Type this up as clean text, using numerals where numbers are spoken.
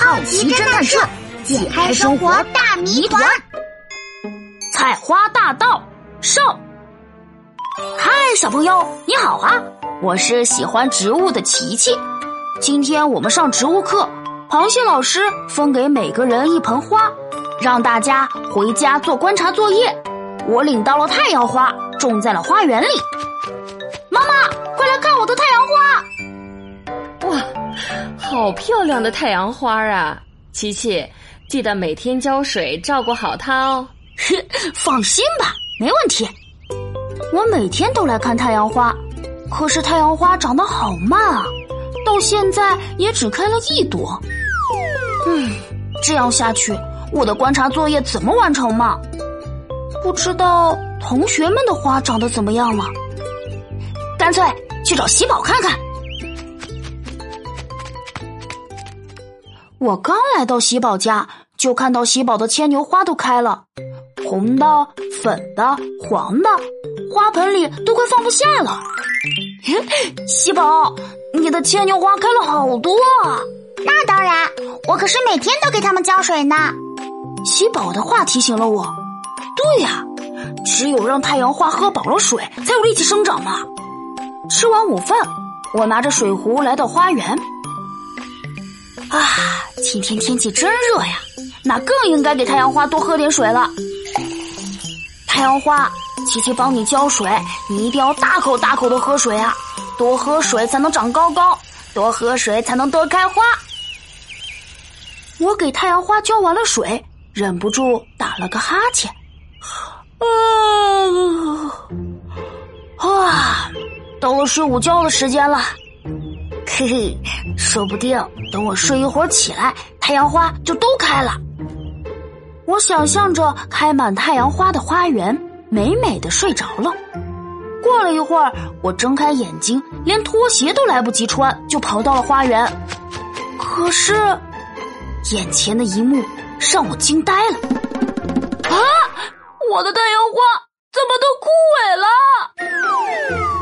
好奇侦探社，解开生活大谜团。 采花大盗上。嗨，小朋友你好啊，我是喜欢植物的琪琪。今天我们上植物课，螃蟹老师分给每个人一盆花，让大家回家做观察作业。我领到了太阳花，种在了花园里。妈妈，快来看我的太阳花！ 哇，好漂亮的太阳花啊！琪琪，记得每天浇水，照顾好它哦。 放心吧，没问题。我每天都来看太阳花，可是太阳花长得好慢啊，到现在也只开了1朵。这样下去，我的观察作业怎么完成嘛？不知道同学们的花长得怎么样了？干脆去找喜宝看看。我刚来到喜宝家，就看到喜宝的牵牛花都开了，红的、粉的、黄的，花盆里都快放不下了。喜宝，你的牵牛花开了好多啊！ 那当然，我可是每天都给它们浇水呢。 喜宝的话提醒了我，对呀，只有让太阳花喝饱了水，才有力气生长嘛。吃完午饭，我拿着水壶来到花园。今天天气真热呀，那更应该给太阳花多喝点水了。太阳花，琪琪帮你浇水，你一定要大口大口的喝水啊，多喝水才能长高高，多喝水才能多开花。我给太阳花浇完了水，忍不住打了个哈欠。到了睡午觉的时间了。嘿嘿，说不定等我睡一会儿起来，太阳花就都开了。我想象着开满太阳花的花园，美美的睡着了。过了一会儿，我睁开眼睛，连拖鞋都来不及穿，就跑到了花园。可是眼前的一幕让我惊呆了。我的太阳花怎么都枯萎了？